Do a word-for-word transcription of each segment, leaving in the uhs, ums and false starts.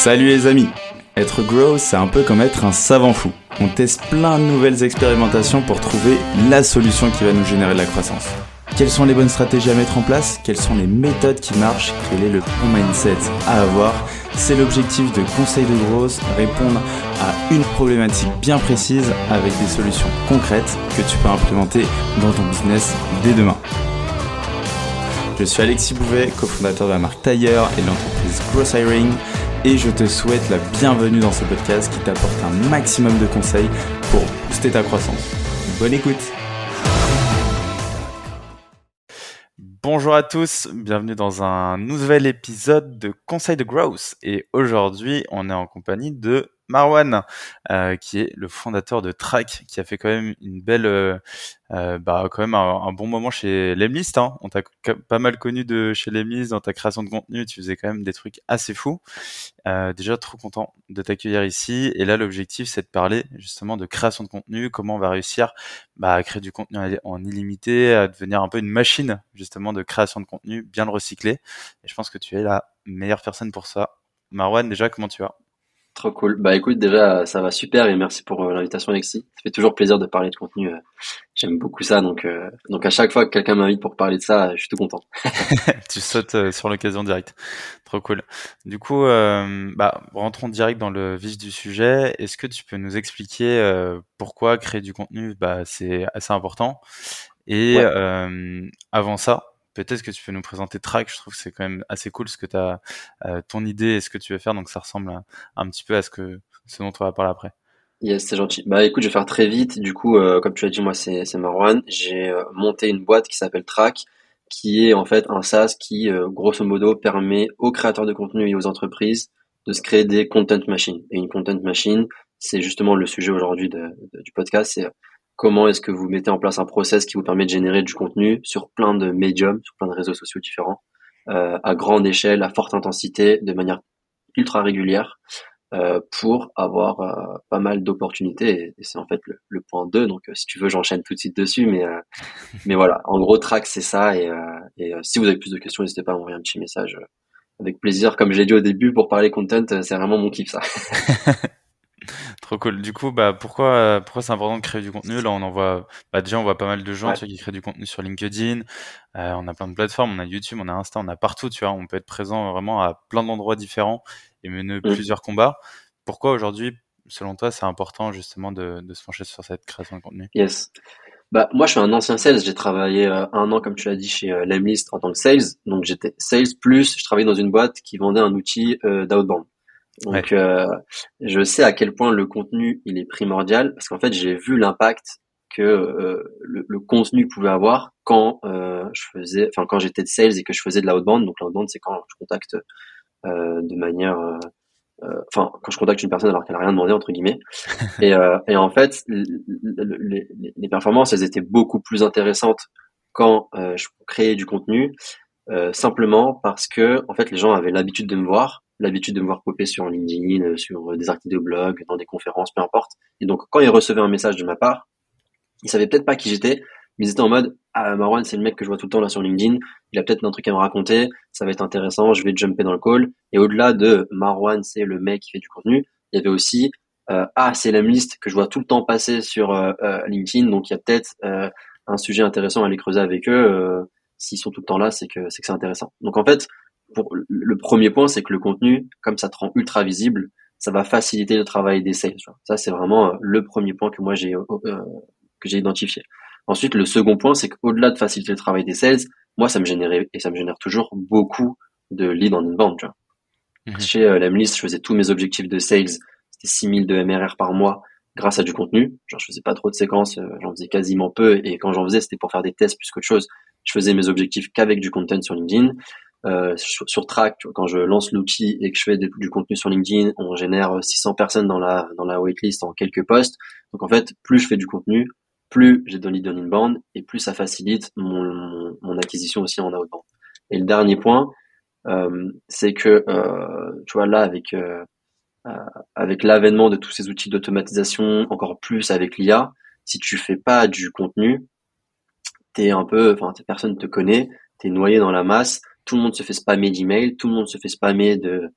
Salut les amis. Être grow, c'est un peu comme être un savant fou. On teste plein de nouvelles expérimentations pour trouver la solution qui va nous générer de la croissance. Quelles sont les bonnes stratégies à mettre en place? Quelles sont les méthodes qui marchent? Quel est le bon mindset à avoir? C'est l'objectif de Conseil de Growth, répondre à une problématique bien précise avec des solutions concrètes que tu peux implémenter dans ton business dès demain. Je suis Alexis Bouvet, cofondateur de la marque Tailleur et de l'entreprise Growth Hiring, et je te souhaite la bienvenue dans ce podcast qui t'apporte un maximum de conseils pour booster ta croissance. Bonne écoute! Bonjour à tous, bienvenue dans un nouvel épisode de Conseil de Growth. Et aujourd'hui, on est en compagnie de Marwan, euh, qui est le fondateur de Track, qui a fait quand même une belle, euh, euh, bah quand même un, un bon moment chez Lemlist. Hein. On t'a c- pas mal connu de chez Lemlist dans ta création de contenu. Tu faisais quand même des trucs assez fous. Euh, déjà trop content de t'accueillir ici. Et là, l'objectif, c'est de parler justement de création de contenu, comment on va réussir bah, à créer du contenu en illimité, à devenir un peu une machine justement de création de contenu, bien le recycler. Et je pense que tu es la meilleure personne pour ça. Marwan, déjà, comment tu vas? Trop cool. Bah écoute, déjà, ça va super et merci pour euh, l'invitation, Alexis. Ça fait toujours plaisir de parler de contenu. euh, J'aime beaucoup ça, donc euh, donc à chaque fois que quelqu'un m'invite pour parler de ça, euh, je suis tout content. Tu sautes euh, sur l'occasion directe. Trop cool. Du coup, euh, bah, rentrons direct dans le vif du sujet. Est-ce que tu peux nous expliquer euh, pourquoi créer du contenu, bah, c'est assez important? Et Ouais. euh, avant ça, peut-être que tu peux nous présenter Track. Je trouve que c'est quand même assez cool ce que tu as, ton idée et ce que tu veux faire. Donc ça ressemble un, un petit peu à ce que ce dont on va parler après. Yes, c'est gentil. Bah écoute, je vais faire très vite. Du coup, euh, comme tu as dit, moi c'est c'est Marwan. J'ai euh, monté une boîte qui s'appelle Track, qui est en fait un SaaS qui, euh, grosso modo, permet aux créateurs de contenu et aux entreprises de se créer des content machines. Et une content machine, c'est justement le sujet aujourd'hui de, de- du podcast. C'est euh, comment est-ce que vous mettez en place un process qui vous permet de générer du contenu sur plein de médiums, sur plein de réseaux sociaux différents, euh, à grande échelle, à forte intensité, de manière ultra régulière euh, pour avoir euh, pas mal d'opportunités. Et, et c'est en fait le, le point deux. Donc, euh, si tu veux, j'enchaîne tout de suite dessus. Mais, euh, mais voilà, en gros, Track, c'est ça. Et, euh, et euh, si vous avez plus de questions, n'hésitez pas à m'envoyer un petit message euh, avec plaisir. Comme je l'ai dit au début, pour parler content, euh, c'est vraiment mon kiff, ça. Trop cool. Du coup, bah, pourquoi, euh, pourquoi c'est important de créer du contenu? Là, on en voit, bah, déjà, on voit pas mal de gens, Ouais. tu vois, qui créent du contenu sur LinkedIn. Euh, on a plein de plateformes, on a YouTube, on a Insta, on a partout, tu vois. On peut être présent vraiment à plein d'endroits différents et mener Mm. plusieurs combats. Pourquoi aujourd'hui, selon toi, c'est important justement de, de se pencher sur cette création de contenu? Yes. Bah, moi, je suis un ancien sales. J'ai travaillé euh, un an, comme tu l'as dit, chez euh, Lemlist en tant que sales. Donc, j'étais sales plus, je travaillais dans une boîte qui vendait un outil euh, d'outbound. Ouais. Donc, euh, je sais à quel point le contenu il est primordial parce qu'en fait, j'ai vu l'impact que euh, le, le contenu pouvait avoir quand euh, je faisais, enfin quand j'étais de sales et que je faisais de l'outbound. Donc, l'outbound, c'est quand je contacte euh, de manière, euh, euh, enfin quand je contacte une personne alors qu'elle a rien demandé entre guillemets. Et, euh, et en fait, l- l- les, les performances, elles étaient beaucoup plus intéressantes quand euh, je créais du contenu euh, simplement parce que en fait les gens avaient l'habitude de me voir, l'habitude de me voir popper sur LinkedIn, euh, sur euh, des articles de blog, dans des conférences, peu importe. Et donc quand ils recevaient un message de ma part, ils savaient peut-être pas qui j'étais, mais ils étaient en mode ah Marwan c'est le mec que je vois tout le temps là sur LinkedIn, il a peut-être un truc à me raconter, ça va être intéressant, je vais jumper dans le call. Et au-delà de Marwan c'est le mec qui fait du contenu, il y avait aussi euh, ah c'est la liste que je vois tout le temps passer sur euh, euh, LinkedIn, donc il y a peut-être euh, un sujet intéressant à aller creuser avec eux. Euh, s'ils sont tout le temps là, c'est que c'est que c'est intéressant. Donc en fait, pour le premier point, c'est que le contenu, comme ça te rend ultra visible, ça va faciliter le travail des sales. Tu vois. Ça c'est vraiment euh, le premier point que moi j'ai euh, euh, que j'ai identifié. Ensuite, le second point, c'est qu'au-delà de faciliter le travail des sales, moi, ça me générait, et ça me génère toujours beaucoup de leads en inbound, tu vois. Mhm. Chez euh, Lemlist, je faisais tous mes objectifs de sales, c'était six mille de M R R par mois grâce à du contenu. Genre, je faisais pas trop de séquences, euh, j'en faisais quasiment peu, et quand j'en faisais, c'était pour faire des tests plus qu'autre chose. Je faisais mes objectifs qu'avec du content sur LinkedIn. Euh, sur, sur Track, tu vois, quand je lance l'outil et que je fais des- du contenu sur LinkedIn, on génère six cents personnes dans la dans la waitlist en quelques posts. Donc en fait, plus je fais du contenu, plus j'ai de leads en inbound et plus ça facilite mon, mon, mon acquisition aussi en outbound. Et le dernier point, euh, c'est que euh, tu vois là avec euh, euh, avec l'avènement de tous ces outils d'automatisation, encore plus avec l'I A, si tu fais pas du contenu, t'es un peu, enfin, personne te connaît, t'es noyé dans la masse, tout le monde se fait spammer d'emails, tout le monde se fait spammer de,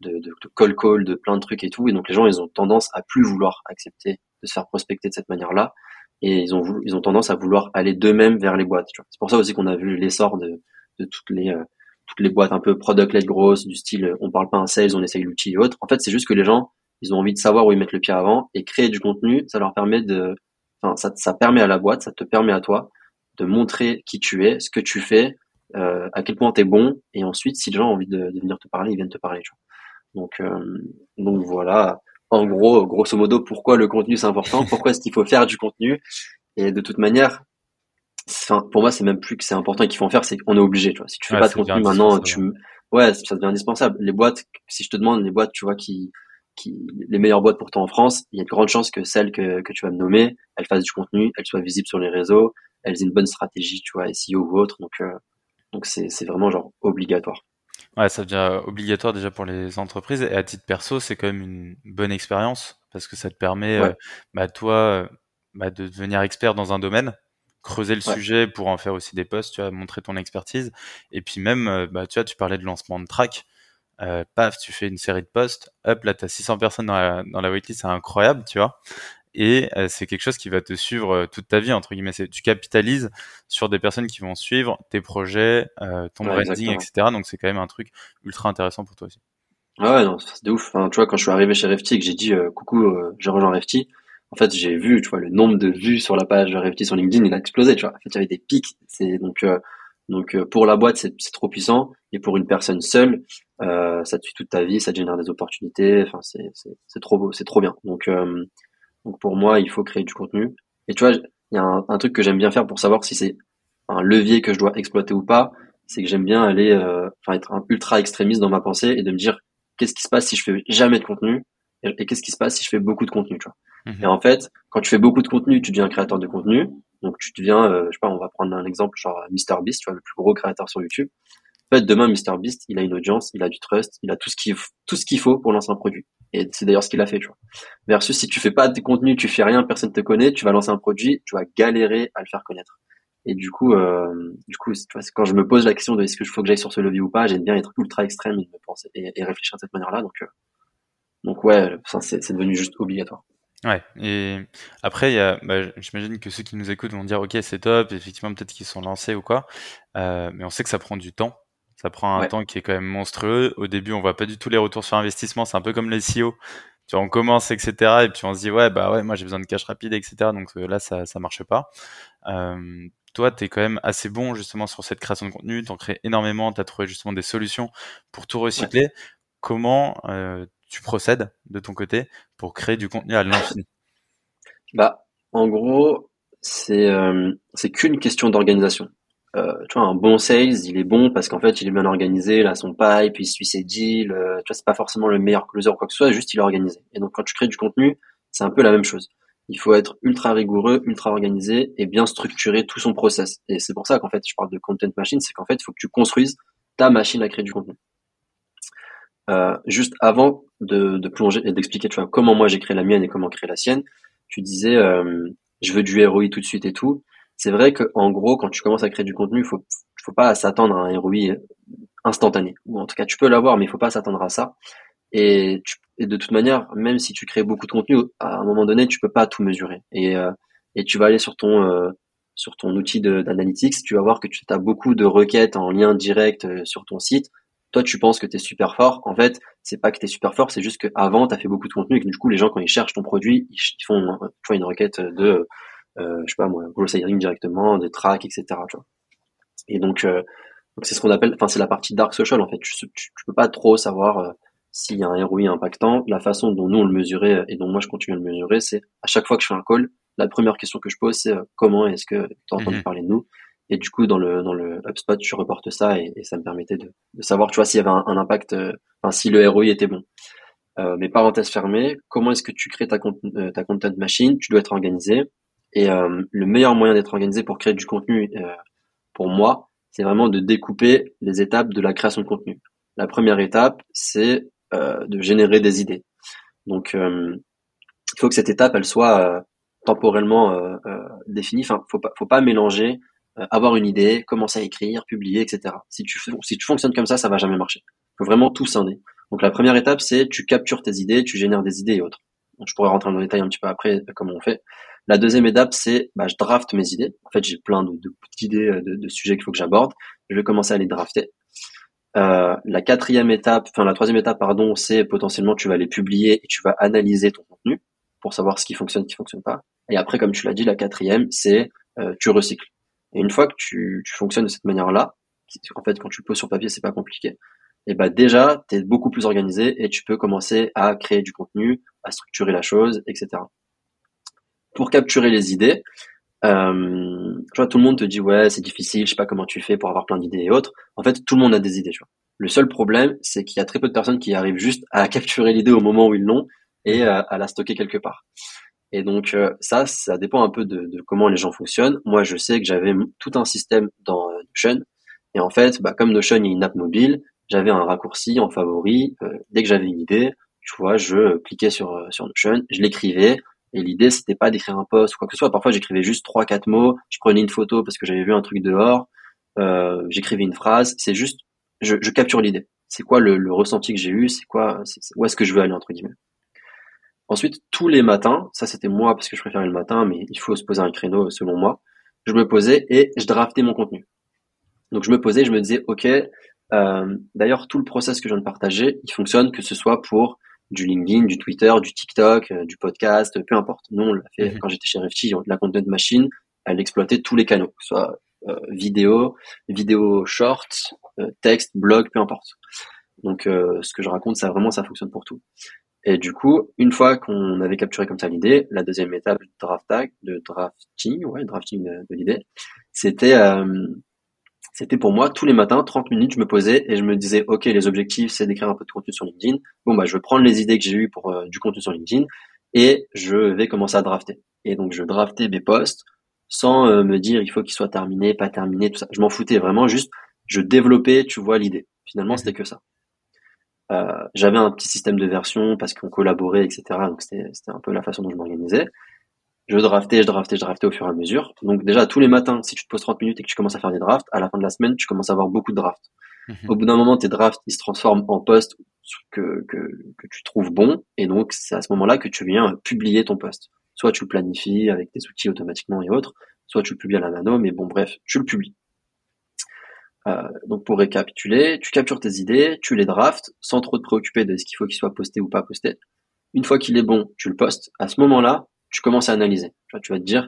de, de, de call call, de plein de trucs et tout. Et donc les gens, ils ont tendance à plus vouloir accepter de se faire prospecter de cette manière-là. Et ils ont voulu, ils ont tendance à vouloir aller d'eux-mêmes vers les boîtes. Tu vois. C'est pour ça aussi qu'on a vu l'essor de, de toutes les euh, toutes les boîtes un peu product-led grosses, du style euh, on parle pas un sales, on essaye l'outil et autres. En fait, c'est juste que les gens, ils ont envie de savoir où ils mettent le pied avant, et créer du contenu, ça leur permet de, enfin, ça, ça permet à la boîte, ça te permet à toi de montrer qui tu es, ce que tu fais, euh, à quel point t'es bon, et ensuite, si les gens ont envie de, de venir te parler, ils viennent te parler. Tu vois. Donc, euh, donc voilà. En gros, grosso modo, pourquoi le contenu c'est important, pourquoi est-ce qu'il faut faire du contenu, et de toute manière, enfin, pour moi, c'est même plus que c'est important et qu'il faut en faire, c'est qu'on est obligé, tu vois. Si tu fais Ouais, pas de ça devient contenu maintenant, indispensable. tu, ouais, ça devient indispensable. Les boîtes, si je te demande les boîtes, tu vois, qui, qui, les meilleures boîtes pour toi en France, il y a de grandes chances que celles que, que tu vas me nommer, elles fassent du contenu, elles soient visibles sur les réseaux, elles aient une bonne stratégie, tu vois, S E O ou autre. Donc, euh, donc c'est, c'est vraiment genre obligatoire. Ouais, ça devient obligatoire déjà pour les entreprises et à titre perso, c'est quand même une bonne expérience parce que ça te permet, Ouais, euh, bah, toi, euh, bah, de devenir expert dans un domaine, creuser le ouais, sujet pour en faire aussi des posts, tu vois, montrer ton expertise. Et puis même, euh, bah, tu vois, tu parlais de lancement de track, euh, paf, tu fais une série de posts, hop, là, t'as six cents personnes dans la, dans la waitlist, c'est incroyable, tu vois. Et euh, c'est quelque chose qui va te suivre euh, toute ta vie, entre guillemets. C'est, tu capitalises sur des personnes qui vont suivre tes projets, euh, ton ouais, branding, exactement. et cetera. Donc c'est quand même un truc ultra intéressant pour toi aussi. Ouais, ouais, non, c'est de ouf. Enfin, tu vois, quand je suis arrivé chez Refty et que j'ai dit euh, coucou, euh, j'ai rejoint Refty, en fait, j'ai vu, tu vois, le nombre de vues sur la page Refty sur LinkedIn, il a explosé, tu vois. En fait, il y avait des pics. C'est donc euh, donc euh, pour la boîte, c'est c'est trop puissant, et pour une personne seule, euh, ça te suit toute ta vie, ça te génère des opportunités. Enfin, c'est c'est c'est trop beau, c'est trop bien. Donc euh, donc pour moi, il faut créer du contenu. Et tu vois, il y a un, un truc que j'aime bien faire pour savoir si c'est un levier que je dois exploiter ou pas, c'est que j'aime bien aller, euh, enfin être un ultra extrémiste dans ma pensée et de me dire qu'est-ce qui se passe si je fais jamais de contenu, et, et qu'est-ce qui se passe si je fais beaucoup de contenu, tu vois. Et Mhm. en fait, quand tu fais beaucoup de contenu, tu deviens créateur de contenu. Donc tu deviens, euh, je sais pas, on va prendre un exemple genre MrBeast, tu vois, le plus gros créateur sur YouTube. En fait, demain, MrBeast, il a une audience, il a du trust, il a tout ce qu'il tout ce qu'il faut pour lancer un produit. Et c'est d'ailleurs ce qu'il a fait, tu vois. Versus si tu fais pas de contenu, tu fais rien, personne te connaît, tu vas lancer un produit, tu vas galérer à le faire connaître. Et du coup, euh, du coup, tu vois, quand je me pose la question de est-ce que je faut que j'aille sur ce levier ou pas, j'aime bien être ultra extrême et me penser et, et réfléchir de cette manière-là. Donc, euh, donc ouais, ça, c'est, c'est devenu juste obligatoire. Ouais. Et après, il y a, bah, j'imagine que ceux qui nous écoutent vont dire, ok, c'est top. Effectivement, peut-être qu'ils sont lancés ou quoi. Euh, mais on sait que ça prend du temps. Ça prend un Ouais, temps qui est quand même monstrueux. Au début, on voit pas du tout les retours sur investissement. C'est un peu comme les S E O. Tu vois, on commence, et cetera. Et puis on se dit, ouais, bah ouais, moi j'ai besoin de cash rapide, et cetera. Donc euh, là, ça, ça marche pas. Euh, toi, tu es quand même assez bon justement sur cette création de contenu, tu en crées énormément, tu as trouvé justement des solutions pour tout ouais. recycler. Comment euh, tu procèdes de ton côté pour créer du contenu à l'infini? Bah, en gros, c'est euh, c'est qu'une question d'organisation. Euh, tu vois, un bon sales, il est bon parce qu'en fait, il est bien organisé, il a son pipe, il suit ses deals. Euh, tu vois, c'est pas forcément le meilleur closer ou quoi que ce soit, juste il est organisé. Et donc, quand tu crées du contenu, c'est un peu la même chose. Il faut être ultra rigoureux, ultra organisé et bien structurer tout son process. Et c'est pour ça qu'en fait, je parle de content machine, c'est qu'en fait, il faut que tu construises ta machine à créer du contenu. Euh, juste avant de, de plonger et d'expliquer, tu vois, comment moi j'ai créé la mienne et comment créer la sienne, tu disais, euh, je veux du R O I tout de suite et tout. C'est vrai que en gros, quand tu commences à créer du contenu, il faut, faut pas s'attendre à un R O I instantané. Ou en tout cas, tu peux l'avoir, mais il faut pas s'attendre à ça. Et, tu, et de toute manière, même si tu crées beaucoup de contenu, à un moment donné, tu peux pas tout mesurer. Et, euh, et tu vas aller sur ton euh, sur ton outil de- d'analytics, tu vas voir que tu as beaucoup de requêtes en lien direct euh, sur ton site. Toi, tu penses que tu es super fort. En fait, c'est pas que tu es super fort, c'est juste qu'avant, tu as fait beaucoup de contenu et que du coup, les gens, quand ils cherchent ton produit, ils, ils font euh, tu vois, une requête de, euh, je sais pas moi, gross hiring directement, de track, et cetera. Tu vois. Et donc, euh, donc c'est ce qu'on appelle, enfin c'est la partie dark social en fait. Tu, tu, tu peux pas trop savoir euh, s'il y a un R O I impactant. La façon dont nous on le mesurait euh, et dont moi je continue à le mesurer, c'est à chaque fois que je fais un call, la première question que je pose c'est euh, comment est-ce que tu as entendu Mhm. parler de nous. Et du coup dans le dans le HubSpot je reporte ça et, et ça me permettait de, de savoir tu vois s'il y avait un, un impact, euh, enfin si le R O I était bon. Euh, mais parenthèse fermée, comment est-ce que tu crées ta, cont- euh, ta content machine? Tu dois être organisé. Et euh, le meilleur moyen d'être organisé pour créer du contenu, euh, pour moi, c'est vraiment de découper les étapes de la création de contenu. La première étape, c'est euh, de générer des idées. Donc, euh, il faut que cette étape, elle soit euh, temporellement euh, euh, définie. Enfin, faut pas, faut pas mélanger euh, avoir une idée, commencer à écrire, publier, et cetera. Si tu si tu fonctionnes comme ça, ça va jamais marcher. Il faut vraiment tout scinder. Donc la première étape, c'est tu captures tes idées, tu génères des idées et autres. Donc, je pourrais rentrer dans le détail un petit peu après comment on fait. La deuxième étape, c'est bah, je draft mes idées. En fait, j'ai plein de, de d'idées, de, de sujets qu'il faut que j'aborde. Je vais commencer à les drafter. Euh, la quatrième étape, enfin la troisième étape, pardon, c'est potentiellement tu vas les publier et tu vas analyser ton contenu pour savoir ce qui fonctionne, ce qui fonctionne pas. Et après, comme tu l'as dit, la quatrième, c'est euh, tu recycles. Et une fois que tu, tu fonctionnes de cette manière-là, en fait, quand tu le poses sur papier, c'est pas compliqué. Et bah déjà, tu es beaucoup plus organisé et tu peux commencer à créer du contenu, à structurer la chose, et cetera. Pour capturer les idées, euh, tu vois, tout le monde te dit ouais, c'est difficile, je sais pas comment tu fais pour avoir plein d'idées et autres. En fait, tout le monde a des idées, tu vois. Le seul problème, c'est qu'il y a très peu de personnes qui arrivent juste à capturer l'idée au moment où ils l'ont et euh, à la stocker quelque part. Et donc euh, ça, ça dépend un peu de, de comment les gens fonctionnent. Moi, je sais que j'avais tout un système dans euh, Notion. Et en fait, bah, comme Notion est une app mobile, j'avais un raccourci en favori. Euh, dès que j'avais une idée, tu vois, je cliquais sur euh, sur Notion, je l'écrivais. Et l'idée, c'était pas d'écrire un post ou quoi que ce soit. Parfois, j'écrivais juste trois, quatre mots. Je prenais une photo parce que j'avais vu un truc dehors. Euh, j'écrivais une phrase. C'est juste, je, je capture l'idée. C'est quoi le, le ressenti que j'ai eu? C'est quoi, c'est, où est-ce que je veux aller entre guillemets? Ensuite, tous les matins, ça c'était moi parce que je préférais le matin, mais il faut se poser un créneau selon moi. Je me posais et je draftais mon contenu. Donc je me posais, je me disais, ok, euh, d'ailleurs tout le process que je viens de partager, il fonctionne que ce soit pour du LinkedIn, du Twitter, du TikTok, euh, du podcast, peu importe. Nous on l'a fait Mhm. quand j'étais chez Refty, la content machine, elle exploitait tous les canaux, que ce soit euh, vidéo, vidéo short, euh, texte, blog, peu importe. Donc euh, ce que je raconte, ça vraiment ça fonctionne pour tout. Et du coup, une fois qu'on avait capturé comme ça l'idée, la deuxième étape de draft tag, de drafting, ouais, drafting de, de l'idée, c'était euh, c'était pour moi tous les matins, trente minutes, je me posais et je me disais, ok, les objectifs, c'est d'écrire un peu de contenu sur LinkedIn. Bon bah, je vais prendre les idées que j'ai eues pour euh, du contenu sur LinkedIn et je vais commencer à drafter. Et donc je draftais mes posts sans euh, me dire il faut qu'ils soient terminés, pas terminés, tout ça. Je m'en foutais vraiment, juste je développais, tu vois, l'idée. Finalement, c'était Mhm. que ça. Euh, j'avais un petit système de version parce qu'on collaborait, et cetera. Donc c'était c'était un peu la façon dont je m'organisais. Je draftais, je draftais, je draftais au fur et à mesure. Donc déjà tous les matins, si tu te poses trente minutes et que tu commences à faire des drafts, à la fin de la semaine, tu commences à avoir beaucoup de drafts. Mhm. Au bout d'un moment, tes drafts ils se transforment en posts que que que tu trouves bons, et donc c'est à ce moment-là que tu viens publier ton post. Soit tu le planifies avec des outils automatiquement et autres, soit tu le publies à la mano, mais bon bref, tu le publies. Euh, donc pour récapituler, tu captures tes idées, tu les drafts sans trop te préoccuper de ce qu'il faut qu'il soit posté ou pas posté. Une fois qu'il est bon, tu le postes. À ce moment-là, tu commences à analyser. Tu vois, tu vas te dire,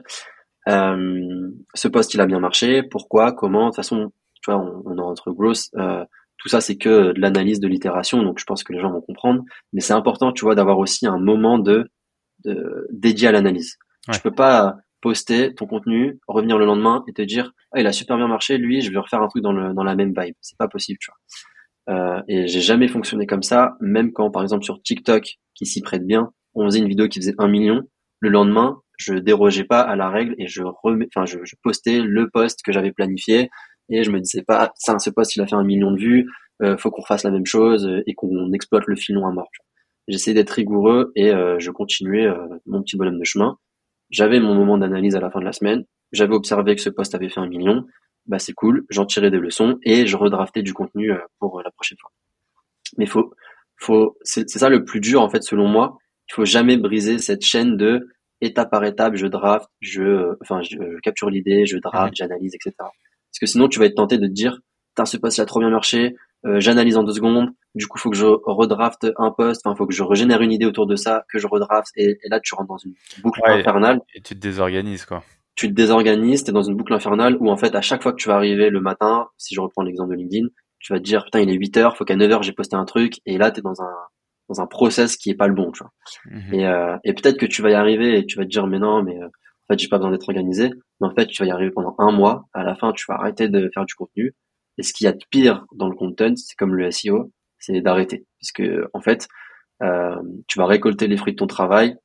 euh, ce post il a bien marché, pourquoi, comment. De toute façon, tu vois, on, on est entre growth. Euh, tout ça, c'est que de l'analyse, de l'itération. Donc, je pense que les gens vont comprendre. Mais c'est important, tu vois, d'avoir aussi un moment de, de dédié à l'analyse. Tu Ouais. peux pas poster ton contenu, revenir le lendemain et te dire, ah, il a super bien marché, lui, je vais refaire un truc dans le dans la même vibe. C'est pas possible, tu vois. Euh, et j'ai jamais fonctionné comme ça, même quand, par exemple, sur TikTok, qui s'y prête bien, on faisait une vidéo qui faisait un million. Le lendemain, je dérogeais pas à la règle et je remets, enfin, je, je postais le post que j'avais planifié et je me disais pas, ça, ce post, il a fait un million de vues, euh, faut qu'on refasse la même chose et qu'on exploite le filon à mort. J'essayais d'être rigoureux et euh, je continuais euh, mon petit bonhomme de chemin. J'avais mon moment d'analyse à la fin de la semaine. J'avais observé que ce post avait fait un million. Bah c'est cool, j'en tirais des leçons et je redraftais du contenu euh, pour euh, la prochaine fois. Mais faut, faut, c'est c'est ça le plus dur en fait selon moi. Il faut jamais briser cette chaîne de étape par étape. Je draft, je, euh, enfin je, je capture l'idée, je Mhm. draft, j'analyse, et cetera. Parce que sinon tu vas être tenté de te dire, putain ce post il a trop bien marché, euh, j'analyse en deux secondes. Du coup faut que je redrafte un post, enfin faut que je régénère une idée autour de ça, que je redrafte et, et là tu rentres dans une boucle Ouais, infernale. et tu te désorganises, quoi. Tu te désorganises, t'es dans une boucle infernale où en fait à chaque fois que tu vas arriver le matin, si je reprends l'exemple de LinkedIn, tu vas te dire putain il est huit heures, faut qu'à neuf heures j'ai posté un truc et là t'es dans un dans un process qui est pas le bon, tu vois. Mhm. Et euh, et peut-être que tu vas y arriver et tu vas te dire mais non mais euh, en fait j'ai pas besoin d'être organisé, mais en fait tu vas y arriver pendant un mois, à la fin tu vas arrêter de faire du contenu et ce qu'il y a de pire dans le content, c'est comme le S E O, c'est d'arrêter parce que en fait euh, tu vas récolter les fruits de ton travail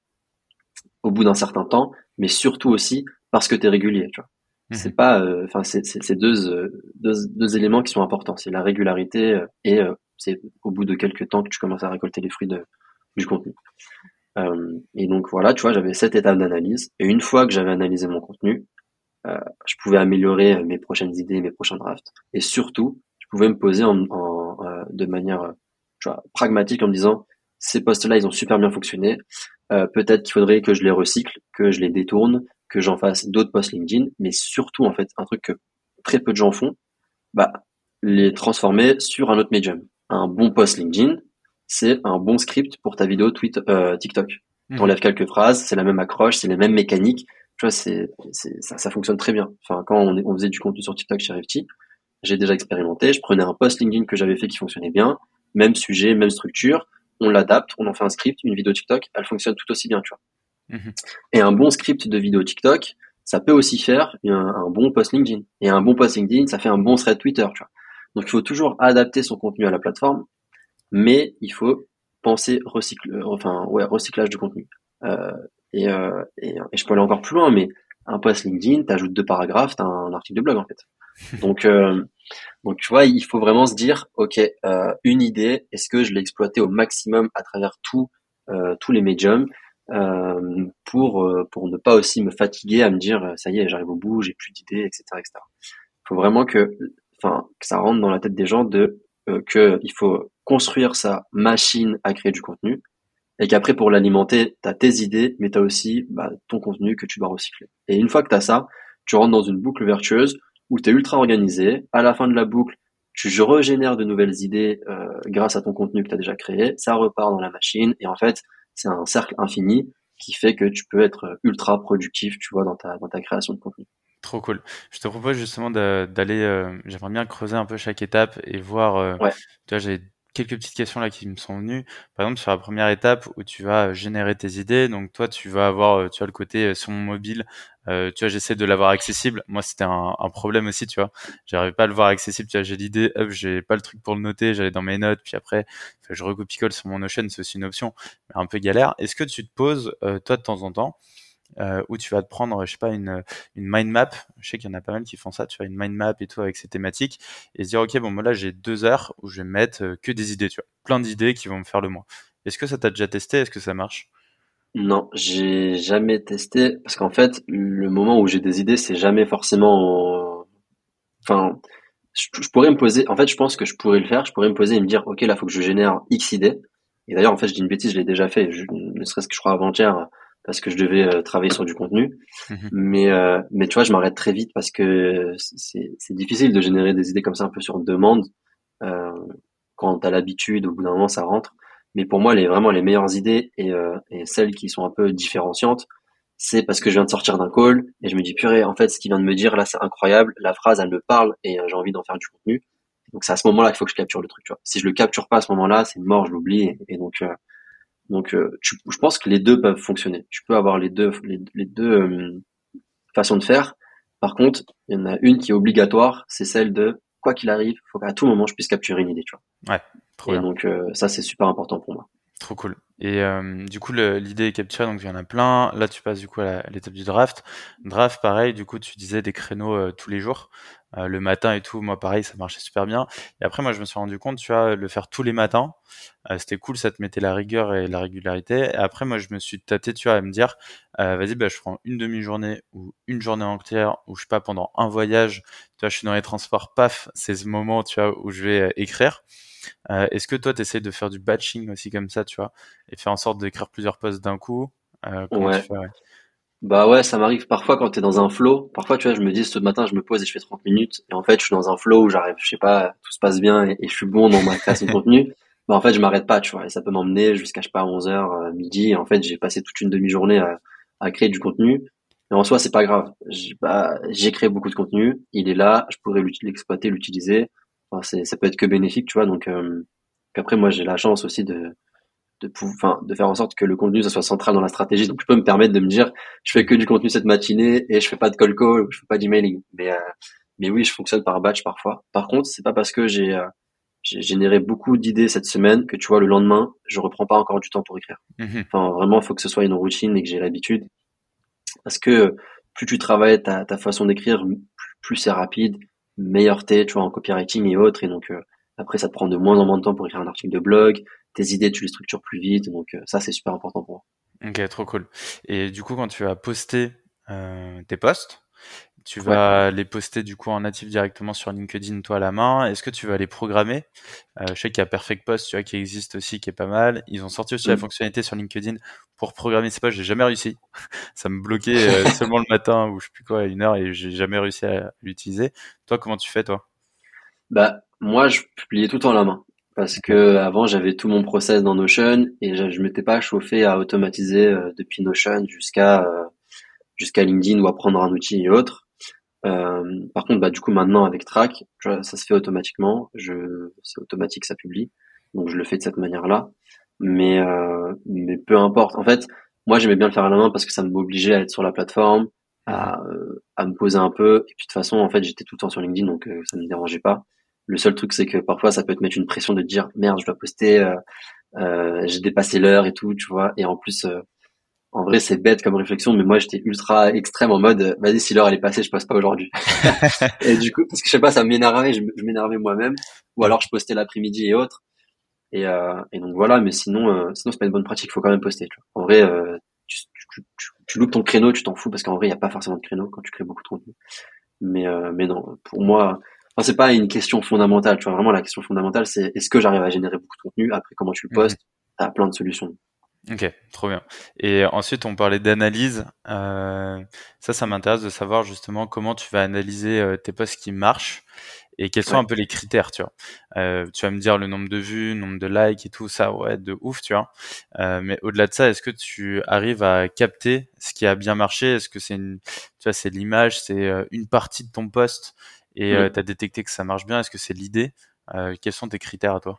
au bout d'un certain temps, mais surtout aussi parce que tu es régulier, tu vois. Mhm. C'est pas, euh, enfin, c'est c'est c'est deux, euh, deux deux éléments qui sont importants. C'est la régularité euh, et euh, c'est au bout de quelques temps que tu commences à récolter les fruits de, du contenu. Euh, et donc voilà, tu vois, j'avais cette étape d'analyse. Et une fois que j'avais analysé mon contenu, euh, je pouvais améliorer euh, mes prochaines idées, mes prochains drafts. Et surtout, je pouvais me poser en, en, euh, de manière tu vois, pragmatique en me disant, ces posts-là, ils ont super bien fonctionné. Euh, peut-être qu'il faudrait que je les recycle, que je les détourne, que j'en fasse d'autres posts LinkedIn, mais surtout, en fait, un truc que très peu de gens font, bah, les transformer sur un autre médium. Un bon post LinkedIn, c'est un bon script pour ta vidéo tweet, euh, TikTok. Mhm. T'enlèves quelques phrases, c'est la même accroche, c'est les mêmes mécaniques. Tu vois, c'est, c'est, ça, ça fonctionne très bien. Enfin, quand on, on faisait du contenu sur TikTok chez Rifty, j'ai déjà expérimenté. Je prenais un post LinkedIn que j'avais fait qui fonctionnait bien, même sujet, même structure. On l'adapte, on en fait un script, une vidéo TikTok, elle fonctionne tout aussi bien, tu vois. Mhm. Et un bon script de vidéo TikTok, ça peut aussi faire un, un bon post LinkedIn. Et un bon post LinkedIn, ça fait un bon thread Twitter, tu vois. Donc il faut toujours adapter son contenu à la plateforme, mais il faut penser recycle, enfin ouais, recyclage de contenu. Euh, et, euh, et, et je peux aller encore plus loin, mais un post LinkedIn, t'ajoutes deux paragraphes, t'as un article de blog en fait. Donc euh, donc tu vois, il faut vraiment se dire, ok, euh, une idée, est-ce que je l'ai exploitée au maximum à travers tout, euh, tous les médiums, euh, pour euh, pour ne pas aussi me fatiguer à me dire, euh, ça y est, j'arrive au bout, j'ai plus d'idées, et cetera, et cetera. Il faut vraiment que, enfin, que ça rentre dans la tête des gens de euh, que il faut construire sa machine à créer du contenu et qu'après pour l'alimenter, t'as tes idées, mais t'as aussi bah, ton contenu que tu dois recycler. Et une fois que t'as ça, tu rentres dans une boucle vertueuse où t'es ultra organisé. À la fin de la boucle, tu régénères de nouvelles idées euh, grâce à ton contenu que t'as déjà créé. Ça repart dans la machine et en fait, c'est un cercle infini qui fait que tu peux être ultra productif, tu vois, dans ta dans ta création de contenu. Trop cool. Je te propose justement de- d'aller, euh, j'aimerais bien creuser un peu chaque étape et voir, euh, Ouais, tu vois, j'ai quelques petites questions là qui me sont venues. Par exemple, sur la première étape où tu vas euh, générer tes idées, donc toi, tu vas avoir, euh, tu vois, le côté euh, sur mon mobile, euh, tu vois, j'essaie de l'avoir accessible. Moi, c'était un, un problème aussi, tu vois. J'arrivais pas à le voir accessible, tu vois, j'ai l'idée, hop, j'ai pas le truc pour le noter, j'allais dans mes notes, puis après, faut que je recopie-colle sur mon Notion, c'est aussi une option, mais un peu galère. Est-ce que tu te poses, euh, toi, de temps en temps, euh, où tu vas te prendre, je sais pas, une, une mind map. Je sais qu'il y en a pas mal qui font ça, tu vois, une mind map et tout avec ses thématiques, et se dire, ok, bon, moi là, j'ai deux heures où je vais mettre euh, que des idées, tu vois, plein d'idées qui vont me faire le mois. Est-ce que ça t'a déjà testé? Est-ce que ça marche? non, j'ai jamais testé parce qu'en fait, le moment où j'ai des idées, c'est jamais forcément. Enfin, je, je pourrais me poser. En fait, je pense que je pourrais le faire. Je pourrais me poser et me dire, ok, là, faut que je génère X idées. Et d'ailleurs, en fait, je dis une bêtise, je l'ai déjà fait. Je- ne serait-ce que je crois avant-hier parce que je devais euh, travailler sur du contenu. Mhm. Mais euh, mais tu vois, je m'arrête très vite parce que c'est c'est difficile de générer des idées comme ça un peu sur demande. Euh, Quand t'as l'habitude, au bout d'un moment, ça rentre. Mais pour moi, les vraiment les meilleures idées et, euh, et celles qui sont un peu différenciantes, c'est parce que je viens de sortir d'un call et je me dis purée, en fait, ce qu'il vient de me dire là, c'est incroyable. La phrase, elle me parle et euh, j'ai envie d'en faire du contenu. Donc c'est à ce moment-là qu'il faut que je capture le truc. Tu vois. Si je le capture pas à ce moment-là, c'est mort, je l'oublie. Et, et donc euh, donc euh, tu- je pense que les deux peuvent fonctionner. Tu peux avoir les deux les, les deux euh, façons de faire. Par contre, il y en a une qui est obligatoire, c'est celle de quoi qu'il arrive, faut qu'à tout moment je puisse capturer une idée. Tu vois. Ouais, trop Et bien. donc euh, ça, c'est super important pour moi. Trop cool. Et euh, du coup, le- l'idée est capturée, donc il y en a plein. Là, tu passes du coup à la- à l'étape du draft. Draft, pareil, du coup, tu disais des créneaux euh, tous les jours, euh, le matin et tout. Moi, pareil, ça marchait super bien. Et après, moi, je me suis rendu compte, tu vois, le faire tous les matins, euh, c'était cool, ça te mettait la rigueur et la régularité. Et après, moi, je me suis tâté, tu vois, à me dire, euh, vas-y, bah, je prends une demi-journée ou une journée entière, ou je sais pas, pendant un voyage, tu vois, je suis dans les transports, paf, c'est ce moment, tu vois, où je vais euh, écrire. Euh, est-ce que toi, tu essaies de faire du batching aussi comme ça, tu vois, et faire en sorte d'écrire plusieurs posts d'un coup? Euh, comment tu Ouais. fais? Ouais. Bah ouais, ça m'arrive parfois quand t'es dans un flow. Parfois, tu vois, je me dis, ce matin, je me pose et je fais trente minutes. Et en fait, je suis dans un flow où j'arrive, je sais pas, tout se passe bien et, et je suis bon dans ma création de contenu. Bah en fait, je m'arrête pas, tu vois. Et ça peut m'emmener jusqu'à, je sais pas, onze heures, euh, midi. Et en fait, j'ai passé toute une demi-journée à, à créer du contenu. Et en soi, c'est pas grave. J'ai bah, j'ai créé beaucoup de contenu. Il est là. Je pourrais l'ut- l'exploiter, l'utiliser. Enfin, c'est, ça peut être que bénéfique, tu vois. Donc, euh, qu'après, moi, j'ai la chance aussi de de pou- enfin, de faire en sorte que le contenu ça soit central dans la stratégie. Donc je peux me permettre de me dire je fais que du contenu cette matinée et je fais pas de call call, ou je fais pas d'emailing. Mais euh, mais oui, je fonctionne par batch parfois. Par contre, c'est pas parce que j'ai euh, j'ai généré beaucoup d'idées cette semaine que tu vois le lendemain, je reprends pas encore du temps pour écrire. Mhm. Enfin vraiment, il faut que ce soit une routine et que j'ai l'habitude parce que plus tu travailles ta ta façon d'écrire, plus, plus c'est rapide, meilleur t'es, tu vois, en copywriting et autres. Et donc euh, après, ça te prend de moins en moins de temps pour écrire un article de blog. Tes idées, tu les structures plus vite. Donc euh, ça, c'est super important pour moi. Ok, trop cool. Et du coup, quand tu as posté euh, tes posts, Tu Ouais. vas les poster du coup en natif directement sur LinkedIn, toi à la main. Est-ce que tu vas les programmer? Euh, je sais qu'il y a Perfect Post, tu vois, qui existe aussi, qui est pas mal. Ils ont sorti aussi la Mm. fonctionnalité sur LinkedIn pour programmer ces posts. J'ai jamais réussi. Ça me bloquait euh, seulement le matin ou je sais plus quoi, à une heure et j'ai jamais réussi à l'utiliser. Toi, comment tu fais, toi? Bah, moi, je publiais tout en la main. Parce que avant, j'avais tout mon process dans Notion et je, je m'étais pas chauffé à automatiser euh, depuis Notion jusqu'à euh, jusqu'à LinkedIn ou apprendre un outil et autres. Euh, par contre, bah, du coup, maintenant, avec Track, tu vois, ça se fait automatiquement. Je, c'est automatique, ça publie. Donc, je le fais de cette manière-là. Mais, euh, mais peu importe. En fait, moi, j'aimais bien le faire à la main parce que ça m'obligeait à être sur la plateforme, Mhm. à, euh, à me poser un peu. Et puis, de toute façon, en fait, j'étais tout le temps sur LinkedIn, donc euh, ça ne me dérangeait pas. Le seul truc, c'est que parfois, ça peut te mettre une pression de te dire, merde, je dois poster, euh, euh, j'ai dépassé l'heure et tout, tu vois. Et en plus, euh, en vrai, c'est bête comme réflexion, mais moi, j'étais ultra extrême en mode, euh, vas-y, si l'heure elle est passée, je poste pas aujourd'hui. Et du coup, parce que je sais pas, ça m'énervait, je, je m'énervais moi-même, ou alors je postais l'après-midi et autres. Et, euh, et donc voilà, mais sinon, euh, sinon c'est pas une bonne pratique, il faut quand même poster. Tu vois. En vrai, euh, tu, tu, tu, tu loupes ton créneau, tu t'en fous parce qu'en vrai, il y a pas forcément de créneau quand tu crées beaucoup de contenu. Mais euh, mais non, pour moi, enfin, c'est pas une question fondamentale. Tu vois, vraiment la question fondamentale, c'est est-ce que j'arrive à générer beaucoup de contenu. Après, comment tu le Mhm. postes, t'as plein de solutions. Ok, trop bien. Et ensuite, on parlait d'analyse. Euh, ça, ça m'intéresse de savoir justement comment tu vas analyser euh, tes posts qui marchent et quels sont Ouais. un peu les critères, tu vois. Euh, tu vas me dire le nombre de vues, nombre de likes et tout ça, ouais, de ouf, tu vois. Euh, mais au-delà de ça, est-ce que tu arrives à capter ce qui a bien marché? Est-ce que c'est une, tu vois, c'est l'image, c'est euh, une partie de ton post et euh, Mm. tu as détecté que ça marche bien? Est-ce que c'est l'idée? Euh, quels sont tes critères à toi?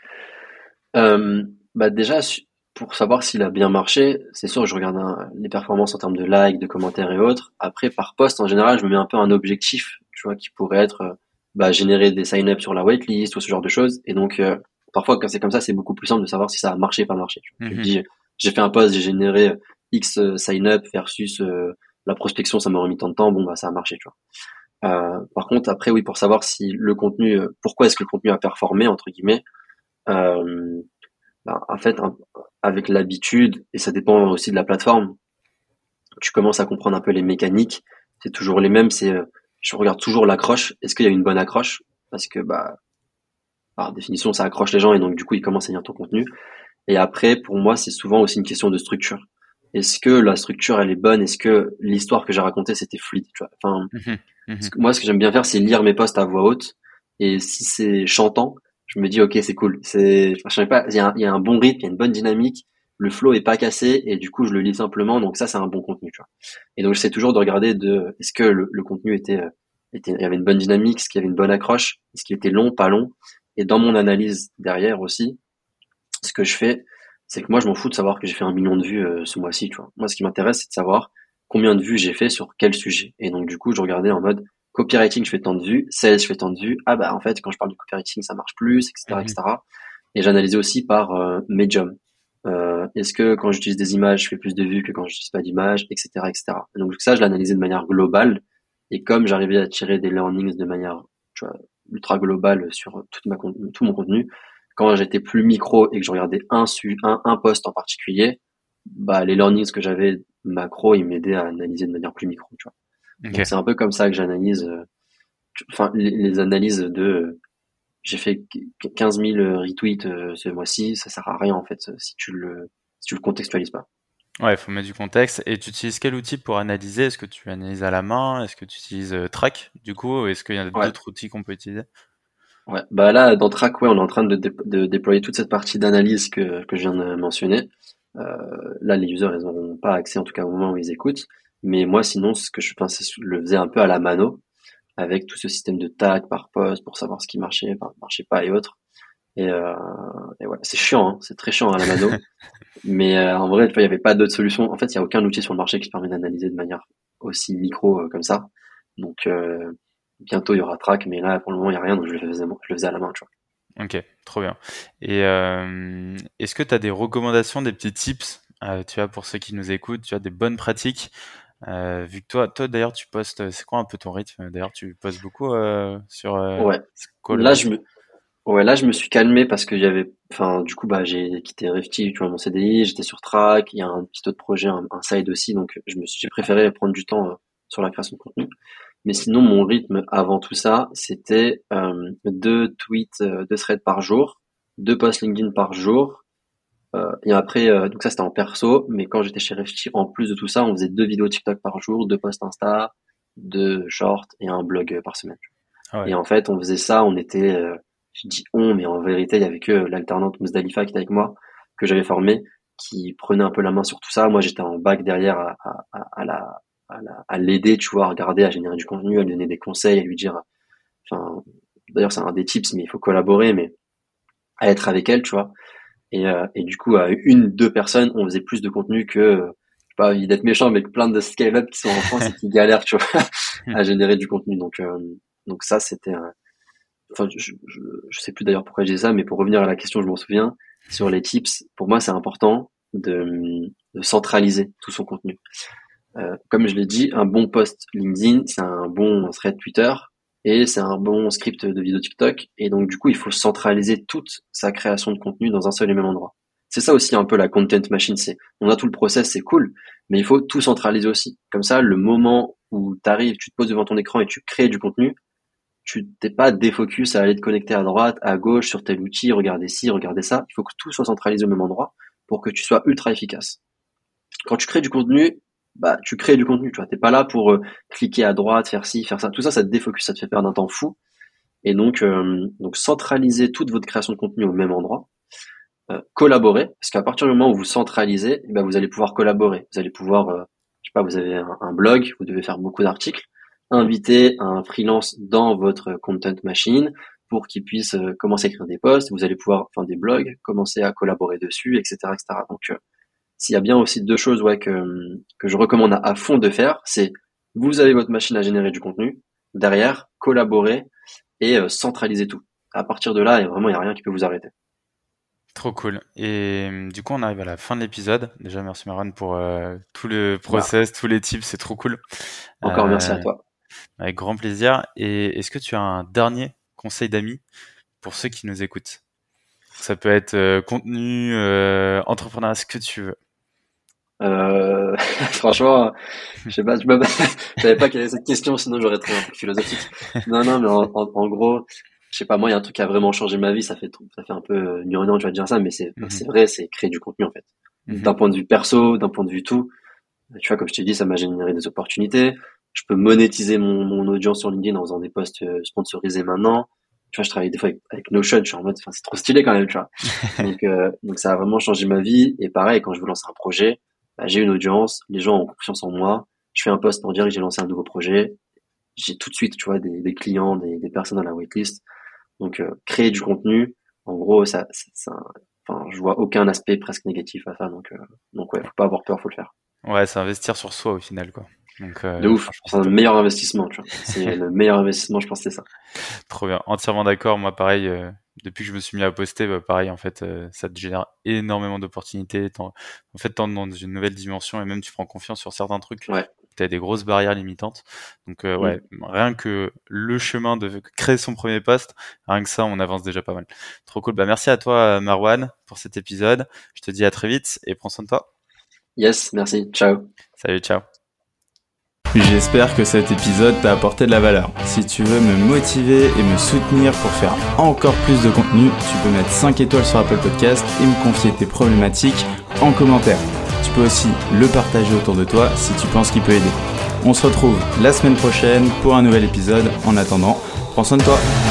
Euh, bah déjà, su- pour savoir s'il a bien marché, c'est sûr, je regarde un- les performances en termes de likes, de commentaires et autres. Après, par post, en général, je me mets un peu un objectif, tu vois, qui pourrait être euh, bah, générer des sign-ups sur la waitlist ou ce genre de choses. Et donc, euh, parfois, quand c'est comme ça, c'est beaucoup plus simple de savoir si ça a marché, pas marché. Tu vois. Tu te Mhm. dis, j'ai fait un post, j'ai généré X euh, sign-up versus euh, la prospection, ça m'a remis tant de temps, bon, bah, ça a marché, tu vois. Euh, par contre, après, oui, pour savoir si le contenu, euh, pourquoi est-ce que le contenu a performé, entre guillemets, euh, bah, en fait, un- avec l'habitude, et ça dépend aussi de la plateforme, tu commences à comprendre un peu les mécaniques. C'est toujours les mêmes. C'est, euh, je regarde toujours l'accroche. Est-ce qu'il y a une bonne accroche? Parce que, bah, par définition, ça accroche les gens et donc du coup, ils commencent à lire ton contenu. Et après, pour moi, c'est souvent aussi une question de structure. Est-ce que la structure, elle est bonne? Est-ce que l'histoire que j'ai racontée, c'était fluide? Tu vois. Enfin, Mhm. ce Mhm. que- moi, ce que j'aime bien faire, c'est lire mes posts à voix haute. Et si c'est chantant, je me dis, ok, c'est cool. C'est, je sais pas, il y a un, il y a un bon rythme, il y a une bonne dynamique. Le flow est pas cassé et du coup, je le lis simplement. Donc ça, c'est un bon contenu, tu vois. Et donc, j'essaie toujours de regarder de, est-ce que le, le contenu était, euh, était, il y avait une bonne dynamique, est-ce qu'il y avait une bonne accroche, est-ce qu'il était long, pas long. Et dans mon analyse derrière aussi, ce que je fais, c'est que moi, je m'en fous de savoir que j'ai fait un million de vues euh, ce mois-ci, tu vois. Moi, ce qui m'intéresse, c'est de savoir combien de vues j'ai fait sur quel sujet. Et donc, du coup, je regardais en mode copywriting, je fais tant de vues, sales, je fais tant de vues. Ah bah, en fait, quand je parle de copywriting, ça marche plus, et cetera, Mhm. et cetera. Et cetera. Et j'analysais aussi par euh, medium. Euh, est-ce que quand j'utilise des images, je fais plus de vues que quand j'utilise pas d'images, et cetera, et cetera. Et donc, ça, je l'analysais de manière globale. Et comme j'arrivais à tirer des learnings de manière, tu vois, ultra globale sur toute ma, con- tout mon contenu, quand j'étais plus micro et que je regardais un, su un, un post en particulier, bah, les learnings que j'avais macro, ils m'aidaient à analyser de manière plus micro, tu vois. Donc, Ok. c'est un peu comme ça que j'analyse, euh, enfin, les, les analyses de, euh, j'ai fait quinze mille retweets euh, ce mois-ci, ça sert à rien, en fait, si tu le, si tu le contextualises pas. Ouais, il faut mettre du contexte. Et tu utilises quel outil pour analyser? Est-ce que tu analyses à la main? Est-ce que tu utilises euh, Track, du coup? Ou est-ce qu'il y a Ouais. d'autres outils qu'on peut utiliser? Ouais. Bah là, dans Track, ouais, on est en train de, dé- de déployer toute cette partie d'analyse que, que je viens de mentionner. Euh, Là, les users, ils n'auront pas accès, en tout cas au moment où ils écoutent. Mais moi, sinon, ce que je pensais, je le faisais un peu à la mano, avec tout ce système de tag par poste pour savoir ce qui marchait, pas marchait pas et autres. Et, euh, et ouais, c'est chiant, hein, c'est très chiant à la mano. Mais euh, en vrai, tu vois, il n'y avait pas d'autre solution. En fait, il n'y a aucun outil sur le marché qui te permet d'analyser de manière aussi micro euh, comme ça. Donc, euh, bientôt, il y aura Track, mais là, pour le moment, il n'y a rien, donc je le faisais, je le faisais à la main, tu vois. Ok, trop bien. Et euh, est-ce que tu as des recommandations, des petits tips, euh, tu vois, pour ceux qui nous écoutent, tu as des bonnes pratiques? Euh, vu que toi, toi d'ailleurs, tu postes, c'est quoi un peu ton rythme? D'ailleurs, tu postes beaucoup euh, sur euh, Ouais. Call Là, je aussi? me, ouais, là, je me suis calmé parce que j'avais, enfin, du coup, bah, j'ai quitté Refty, tu vois, mon C D I, j'étais sur Track, il y a un petit autre projet, un, un side aussi, donc je me suis, j'ai préféré prendre du temps euh, sur la création de contenu. Mais sinon, mon rythme avant tout ça, c'était euh, deux tweets, euh, deux threads par jour, deux posts LinkedIn par jour. Euh, et après, euh, donc ça c'était en perso, mais quand j'étais chez Refti, en plus de tout ça, on faisait deux vidéos TikTok par jour, deux posts Insta, deux shorts et un blog par semaine. Ah ouais. Et en fait, on faisait ça, on était, euh, je dis on, mais en vérité, il y avait que l'alternante Mousdalifa qui était avec moi, que j'avais formé, qui prenait un peu la main sur tout ça. Moi, j'étais en bac derrière à, à, à la, à, la, à l'aider, tu vois, à regarder, à générer du contenu, à lui donner des conseils, à lui dire, enfin, d'ailleurs, c'est un des tips, mais il faut collaborer, mais à être avec elle, tu vois. Et, euh, et du coup, à une, deux personnes, on faisait plus de contenu que, euh, je sais pas envie d'être méchant, mais que plein de scale-up qui sont en France et qui galèrent, tu vois, à générer du contenu. Donc, euh, donc ça, c'était, euh, enfin, je, je, je sais plus d'ailleurs pourquoi j'ai ça, mais pour revenir à la question, je m'en souviens, sur les tips, pour moi, c'est important de, de centraliser tout son contenu. Euh, comme je l'ai dit, un bon post LinkedIn, c'est un bon thread Twitter, et c'est un bon script de vidéo TikTok. Et donc, du coup, il faut centraliser toute sa création de contenu dans un seul et même endroit. C'est ça aussi un peu la content machine. C'est, on a tout le process, c'est cool, mais il faut tout centraliser aussi. Comme ça, le moment où t'arrives, tu te poses devant ton écran et tu crées du contenu, tu t'es pas défocus à aller te connecter à droite, à gauche, sur tel outil, regarder ci, regarder ça. Il faut que tout soit centralisé au même endroit pour que tu sois ultra efficace. Quand tu crées du contenu, bah, tu crées du contenu, tu vois. T'es pas là pour euh, cliquer à droite, faire ci, faire ça. Tout ça, ça te défocus, ça te fait perdre un temps fou. Et donc, euh, donc centraliser toute votre création de contenu au même endroit. Euh, collaborer, parce qu'à partir du moment où vous centralisez, eh ben, vous allez pouvoir collaborer. Vous allez pouvoir, euh, je sais pas, vous avez un, un blog, vous devez faire beaucoup d'articles, inviter un freelance dans votre content machine pour qu'il puisse euh, commencer à écrire des posts. Vous allez pouvoir, enfin des blogs, commencer à collaborer dessus, et cetera, et cetera. Donc, euh, s'il y a bien aussi deux choses ouais, que, que je recommande à, à fond de faire, c'est vous avez votre machine à générer du contenu, derrière, collaborer et euh, centraliser tout. À partir de là, vraiment, il n'y a rien qui peut vous arrêter. Trop cool. Et du coup, on arrive à la fin de l'épisode. Déjà, merci Marwan pour euh, tout le process, ouais. tous les tips, c'est trop cool. Encore euh, merci à toi. Avec grand plaisir. Et est-ce que tu as un dernier conseil d'amis pour ceux qui nous écoutent ? Ça peut être euh, contenu, euh, entrepreneuriat, ce que tu veux. Euh, franchement, je sais pas, je me... savais pas qu'il y avait cette question, sinon j'aurais trouvé un peu philosophique. Non, non, mais en, en, en gros, je sais pas, moi, il y a un truc qui a vraiment changé ma vie, ça fait, ça fait un peu euh, gnangnan, tu vas dire ça, mais c'est, mm-hmm. c'est vrai, c'est créer du contenu, en fait. Mm-hmm. D'un point de vue perso, d'un point de vue tout. Tu vois, comme je t'ai dit, ça m'a généré des opportunités. Je peux monétiser mon, mon audience sur LinkedIn en faisant des posts euh, sponsorisés maintenant. Tu vois, je travaille des fois avec, avec Notion, je suis en mode, enfin, c'est trop stylé quand même, tu vois. donc, euh, donc ça a vraiment changé ma vie. Et pareil, quand je veux lancer un projet, bah, j'ai une audience, les gens ont confiance en moi. Je fais un post pour dire que j'ai lancé un nouveau projet. J'ai tout de suite, tu vois, des, des clients, des, des personnes dans la waitlist. Donc, euh, créer du contenu, en gros, ça, ça, ça, enfin, je vois aucun aspect presque négatif à ça. Donc, euh, donc ouais, faut pas avoir peur, faut le faire. Ouais, c'est investir sur soi au final, quoi. Donc, euh, de ouf, c'est le meilleur investissement, tu vois. C'est le meilleur investissement, je pense que c'est ça. Trop bien, entièrement d'accord. Moi, pareil, euh, depuis que je me suis mis à poster, bah, pareil, en fait, euh, ça te génère énormément d'opportunités. En fait, t'entres dans une nouvelle dimension et même tu prends confiance sur certains trucs. Ouais. T'as des grosses barrières limitantes. Donc, euh, ouais, mmh. rien que le chemin de créer son premier post, rien que ça, on avance déjà pas mal. Trop cool. Bah, merci à toi, Marwan, pour cet épisode. Je te dis à très vite et prends soin de toi. Yes, merci. Ciao. Salut, ciao. J'espère que cet épisode t'a apporté de la valeur. Si tu veux me motiver et me soutenir pour faire encore plus de contenu, tu peux mettre cinq étoiles sur Apple Podcast et me confier tes problématiques en commentaire. Tu peux aussi le partager autour de toi si tu penses qu'il peut aider. On se retrouve la semaine prochaine pour un nouvel épisode. En attendant, prends soin de toi.